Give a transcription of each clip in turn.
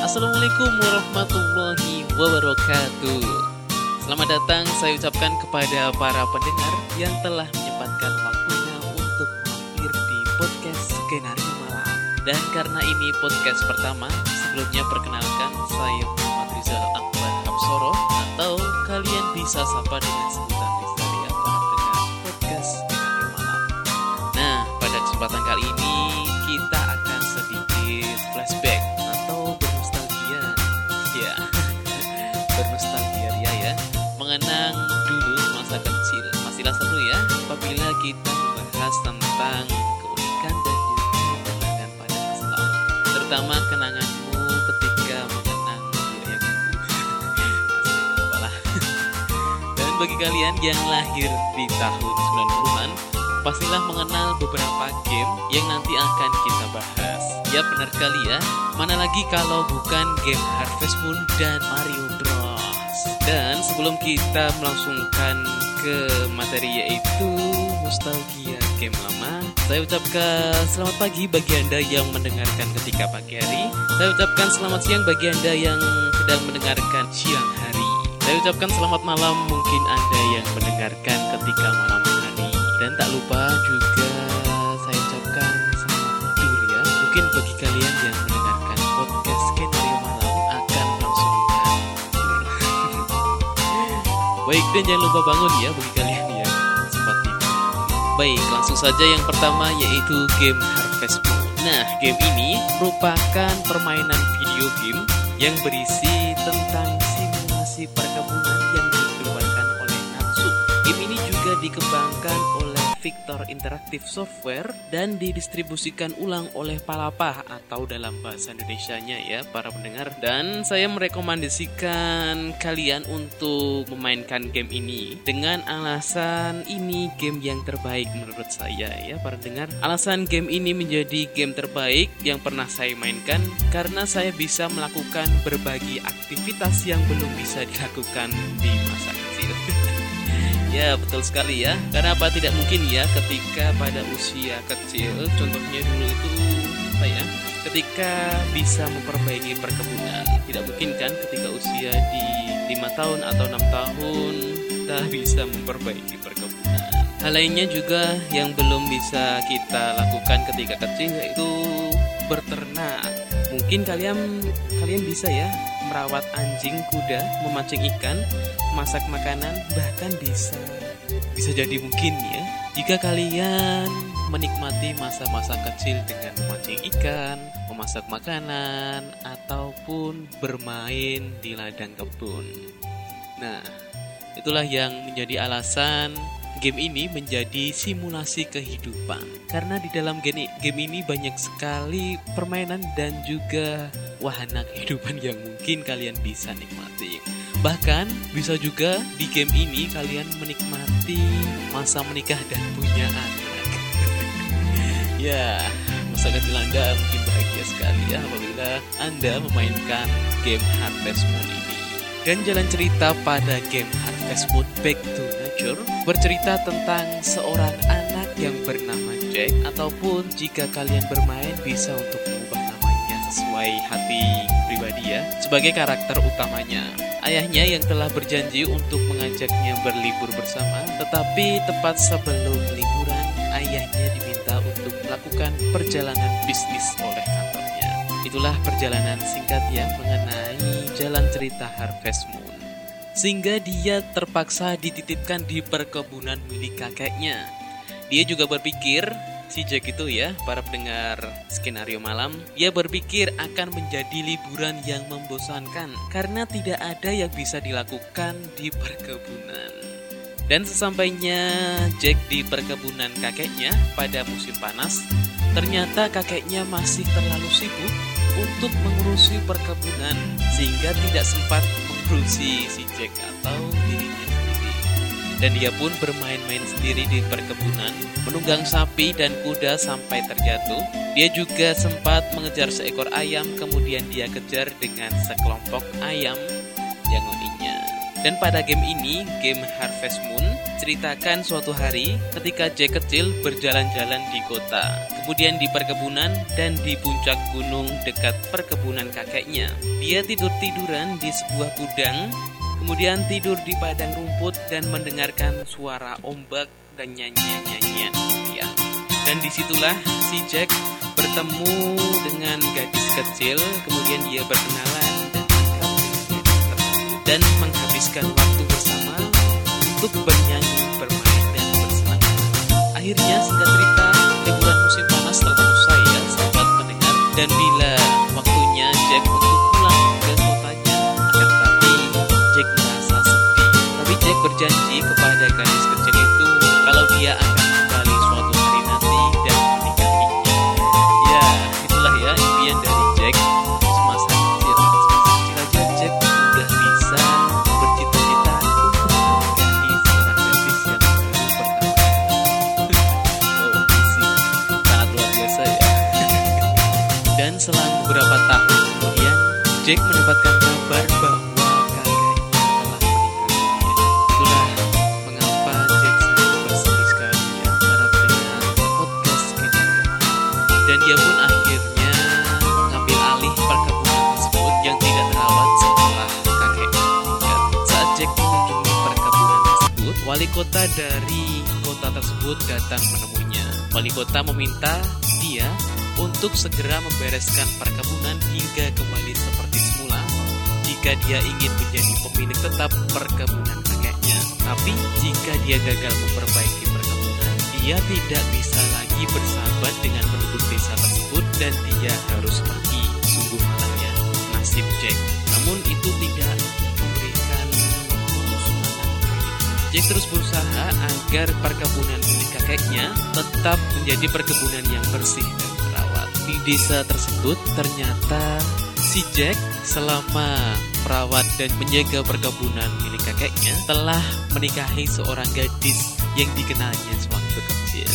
Assalamualaikum warahmatullahi wabarakatuh. Selamat datang saya ucapkan kepada para pendengar yang telah menyempatkan waktunya untuk mampir di podcast Skenario Malam. Dan karena ini podcast pertama, sebelumnya perkenalkan saya Muhammad Rizal Akbar Hapsoro, atau kalian bisa sapa dengan sebutan Rizal ya para pendengar podcast Skenario Malam. Nah, pada kesempatan kali ini kita akan sedikit flashback atau bernostalgia. Ya, bernostalgia ya. Mengenang dulu masa kecil. Pastilah seru ya apabila kita membahas tentang keunikan dan juga kenangan pada masa lalu. Terutama kenanganmu ketika mengenang buaya kutu. Asik, apalah. Dan bagi kalian yang lahir di tahun 90-an, pastilah mengenal beberapa game yang nanti akan kita bahas. Ya benar sekali ya, mana lagi kalau bukan game Harvest Moon dan Mario Bros. Dan sebelum kita melangsungkan ke materi yaitu nostalgia game lama, saya ucapkan selamat pagi bagi Anda yang mendengarkan ketika pagi hari. Saya ucapkan selamat siang bagi Anda yang sedang mendengarkan siang hari. Saya ucapkan selamat malam mungkin Anda yang mendengarkan ketika malam hari. Dan tak lupa juga saya ucapkan selamat tidur ya. Mungkin bagi kalian yang mendengarkan podcast Skenario Malam akan melangsungkan tidur. Baik, dan jangan lupa bangun ya bagi kalian yang sempat tidur. Baik, langsung saja yang pertama yaitu game Harvest Moon. Nah, game ini merupakan permainan video game yang berisi tentang simulasi perkebunan yang dikeluarkan oleh Natsu. Game ini juga dikembangkan oleh Victor Interactive Software dan didistribusikan ulang oleh Palapa atau dalam bahasa Indonesianya ya para pendengar. Dan saya merekomendasikan kalian untuk memainkan game ini dengan alasan ini game yang terbaik menurut saya ya para pendengar. Alasan game ini menjadi game terbaik yang pernah saya mainkan karena saya bisa melakukan berbagai aktivitas yang belum bisa dilakukan di masa kecil. Ya betul sekali ya. Karena apa tidak mungkin ya ketika pada usia kecil, contohnya dulu itu apa ya, ketika bisa memperbaiki perkebunan. Tidak mungkin kan ketika usia di 5 tahun atau 6 tahun kita bisa memperbaiki perkebunan. Hal lainnya juga yang belum bisa kita lakukan ketika kecil yaitu berternak. Mungkin kalian bisa ya merawat anjing, kuda, memancing ikan, masak makanan, bahkan bisa jadi mungkin ya jika kalian menikmati masa-masa kecil dengan memancing ikan, memasak makanan, ataupun bermain di ladang kebun. Nah, itulah yang menjadi alasan game ini menjadi simulasi kehidupan. Karena di dalam game ini banyak sekali permainan dan juga wahana kehidupan yang mungkin kalian bisa nikmati. Bahkan bisa juga di game ini kalian menikmati masa menikah dan punya anak. Ya, masa kecil Anda mungkin bahagia sekali ya apabila Anda memainkan game Harvest Moon ini. Dan jalan cerita pada game Harvest Moon Back to Nature bercerita tentang seorang anak yang bernama Jack, ataupun jika kalian bermain bisa untuk mengubah namanya sesuai hati pribadi ya, sebagai karakter utamanya. Ayahnya yang telah berjanji untuk mengajaknya berlibur bersama, tetapi tepat sebelum liburan ayahnya diminta untuk melakukan perjalanan bisnis oleh kantornya. Itulah perjalanan singkat yang mengenai jalan cerita Harvest Moon. Sehingga dia terpaksa dititipkan di perkebunan milik kakeknya. Dia juga berpikir, si Jack itu ya, para pendengar Skenario Malam, dia berpikir akan menjadi liburan yang membosankan karena tidak ada yang bisa dilakukan di perkebunan. Dan sesampainya Jack di perkebunan kakeknya pada musim panas, ternyata kakeknya masih terlalu sibuk untuk mengurusi perkebunan sehingga tidak sempat mengurusi si Jack atau dirinya sendiri. Dan dia pun bermain-main sendiri di perkebunan, menunggang sapi dan kuda sampai terjatuh. Dia juga sempat mengejar seekor ayam, kemudian dia kejar dengan sekelompok ayam yang lainnya. Dan pada game ini, game Harvest Moon, ceritakan suatu hari ketika Jack kecil berjalan-jalan di kota. kemudian di perkebunan, dan di puncak gunung dekat perkebunan kakeknya. Dia tidur-tiduran di sebuah gudang, kemudian tidur di padang rumput dan mendengarkan suara ombak dan nyanyian-nyanyian. Ya. Dan disitulah si Jack bertemu dengan gadis kecil, kemudian dia berkenalan dan menghabiskan waktu bersama untuk bernyanyi, bermain, dan bersenang. Akhirnya singkat cerita, liburan musim panas telah usai ya sahabat pendengar. Dan bila waktunya Jack untuk pulang ke kotanya, akan tetapi Jack merasa sedih. Tapi Jack berjanji kepada gadis kecil itu kalau dia akan kembali suatu hari nanti dan menikahinya. Ya, itulah ya impian dari Jack semasa kecil. Semasa kecil aja Jack udah bisa bercita-cita untuk menikahi seorang gadis yang baru pertama. Oh, sih sangat luar biasa ya. Dan selang beberapa tahun kemudian, Jack mendapatkan kabar bahwa kakeknya telah meninggal dunia. Itulah mengapa Jack sangat bersedih sekali ya para pendengar podcast Skenario. Dan dia pun akhirnya mengambil alih perkebunan tersebut yang tidak terawat setelah kakeknya meninggal. Saat Jack mengunjungi perkebunan tersebut, wali kota dari kota tersebut datang menemuinya. Wali kota meminta dia untuk segera membereskan perkebunan hingga kembali seperti semula jika dia ingin menjadi pemilik tetap perkebunan kakeknya. Tapi jika dia gagal memperbaiki perkebunan, dia tidak bisa lagi bersahabat dengan penduduk desa tersebut dan dia harus pergi. Sungguh malangnya nasib Jack. Namun itu tidak memberikan putus semangat. Jack terus berusaha agar perkebunan milik kakeknya tetap menjadi perkebunan yang bersih dan terawat. Di desa tersebut ternyata si Jack selama merawat dan menjaga perkebunan milik kakeknya telah menikahi seorang gadis yang dikenalnya sewaktu kecil.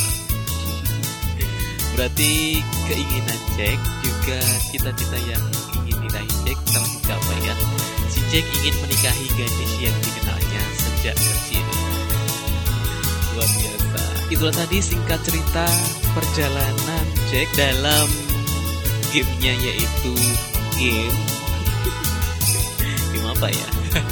Berarti keinginan Jack juga cita-cita yang ingin diraih Jack telah dicapai ya. Si Jack ingin menikahi gadis yang dikenalnya sejak kecil. Luar biasa. Itulah tadi singkat cerita perjalanan Jack dalam gamenya, yaitu game apa ya?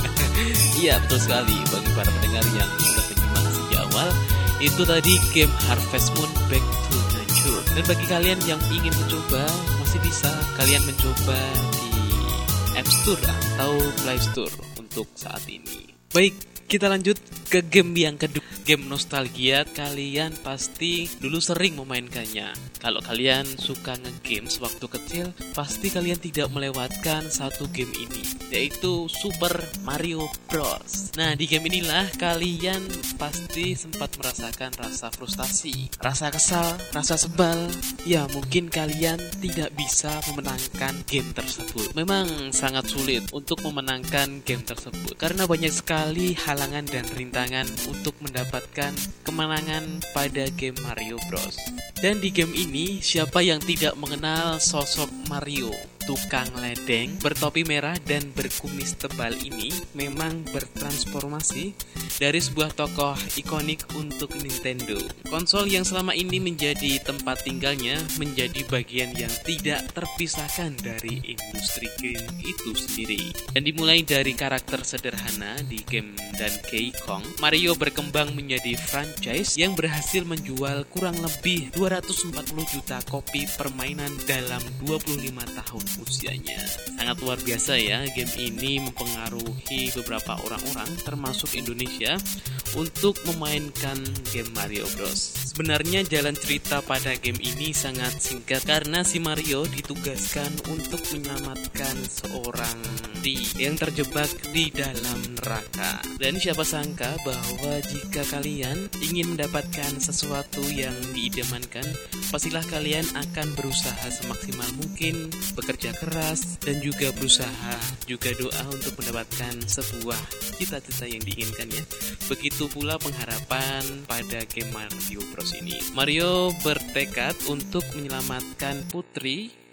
Iya betul sekali bagi para pendengar yang sudah menyimak sejak awal. Itu tadi game Harvest Moon Back to Nature. Dan bagi kalian yang ingin mencoba, masih bisa kalian mencoba di App Store atau Play Store untuk saat ini. Baik, kita lanjut ke game yang kedua. Game nostalgia, kalian pasti dulu sering memainkannya. Kalau kalian suka nge-game sewaktu kecil, pasti kalian tidak melewatkan satu game ini, yaitu Super Mario Bros. Nah, di game inilah kalian pasti sempat merasakan rasa frustasi, rasa kesal, rasa sebal. Ya, mungkin kalian tidak bisa memenangkan game tersebut. Memang sangat sulit untuk memenangkan game tersebut, karena banyak sekali halangan dan rintangan untuk mendapatkan kemenangan pada game Mario Bros. Dan di game ini, siapa yang tidak mengenal sosok Mario, tukang ledeng, bertopi merah dan berkumis tebal ini memang bertransformasi dari sebuah tokoh ikonik untuk Nintendo. Konsol yang selama ini menjadi tempat tinggalnya menjadi bagian yang tidak terpisahkan dari industri game itu sendiri. Dan dimulai dari karakter sederhana di game Donkey Kong, Mario berkembang menjadi franchise yang berhasil menjual kurang lebih 240 juta kopi permainan dalam 25 tahun usianya. Sangat luar biasa ya, game ini mempengaruhi beberapa orang-orang termasuk Indonesia untuk memainkan game Mario Bros. Sebenarnya jalan cerita pada game ini sangat singkat karena si Mario ditugaskan untuk menyelamatkan seorang yang terjebak di dalam neraka. Dan siapa sangka bahwa jika kalian ingin mendapatkan sesuatu yang diidamankan, pastilah kalian akan berusaha semaksimal mungkin, bekerja keras, dan juga berusaha, juga doa untuk mendapatkan sebuah cita-cita yang diinginkan ya. Begitu pula pengharapan pada game Mario Bros ini. Mario bertekad untuk menyelamatkan putri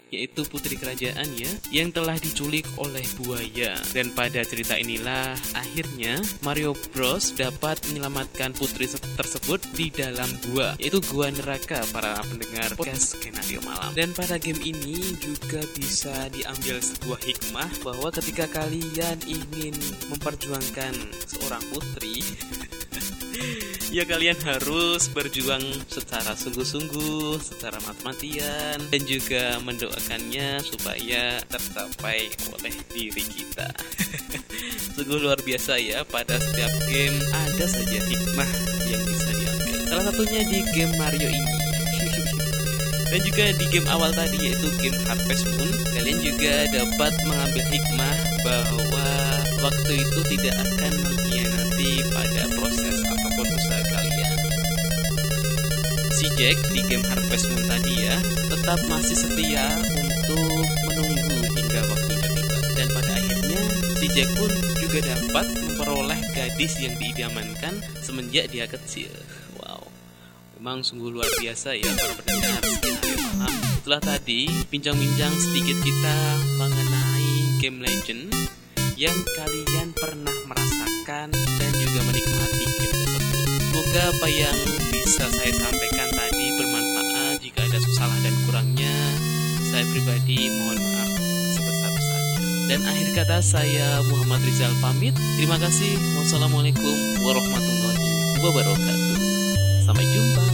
yaitu putri kerajaan ya, yang telah diculik oleh buaya. Dan pada cerita inilah akhirnya Mario Bros dapat menyelamatkan putri tersebut di dalam gua, yaitu gua neraka para pendengar podcast Skenario Malam. Dan pada game ini juga bisa diambil sebuah hikmah bahwa ketika kalian ingin memperjuangkan seorang putri ya kalian harus berjuang secara sungguh-sungguh, secara mati-matian, dan juga mendoakannya supaya tercapai oleh diri kita. Sungguh luar biasa ya, pada setiap game ada saja hikmah yang bisa diambil. Salah satunya di game Mario ini. Dan juga di game awal tadi yaitu game Harvest Moon, kalian juga dapat mengambil hikmah bahwa waktu itu tidak akan mengkhianati pada proses ataupun usaha kalian. Si Jack di game Harvest Moon tadi ya, tetap masih setia untuk menunggu hingga waktunya tiba. Dan pada akhirnya si Jack pun juga dapat memperoleh gadis yang diidamankan semenjak dia kecil. Wow, memang sungguh luar biasa ya para pendengar Skenario Malam. Setelah tadi bincang-bincang sedikit kita mengenai game Legend yang kalian pernah merasakan dan juga menikmati game tersebut. Semoga apa yang bisa saya sampaikan tadi bermanfaat. Jika ada salah dan kurangnya, saya pribadi mohon maaf sebesar-besarnya. Dan akhir kata saya Muhammad Rizal pamit. Terima kasih. Wassalamualaikum warahmatullahi wabarakatuh. Sampai jumpa.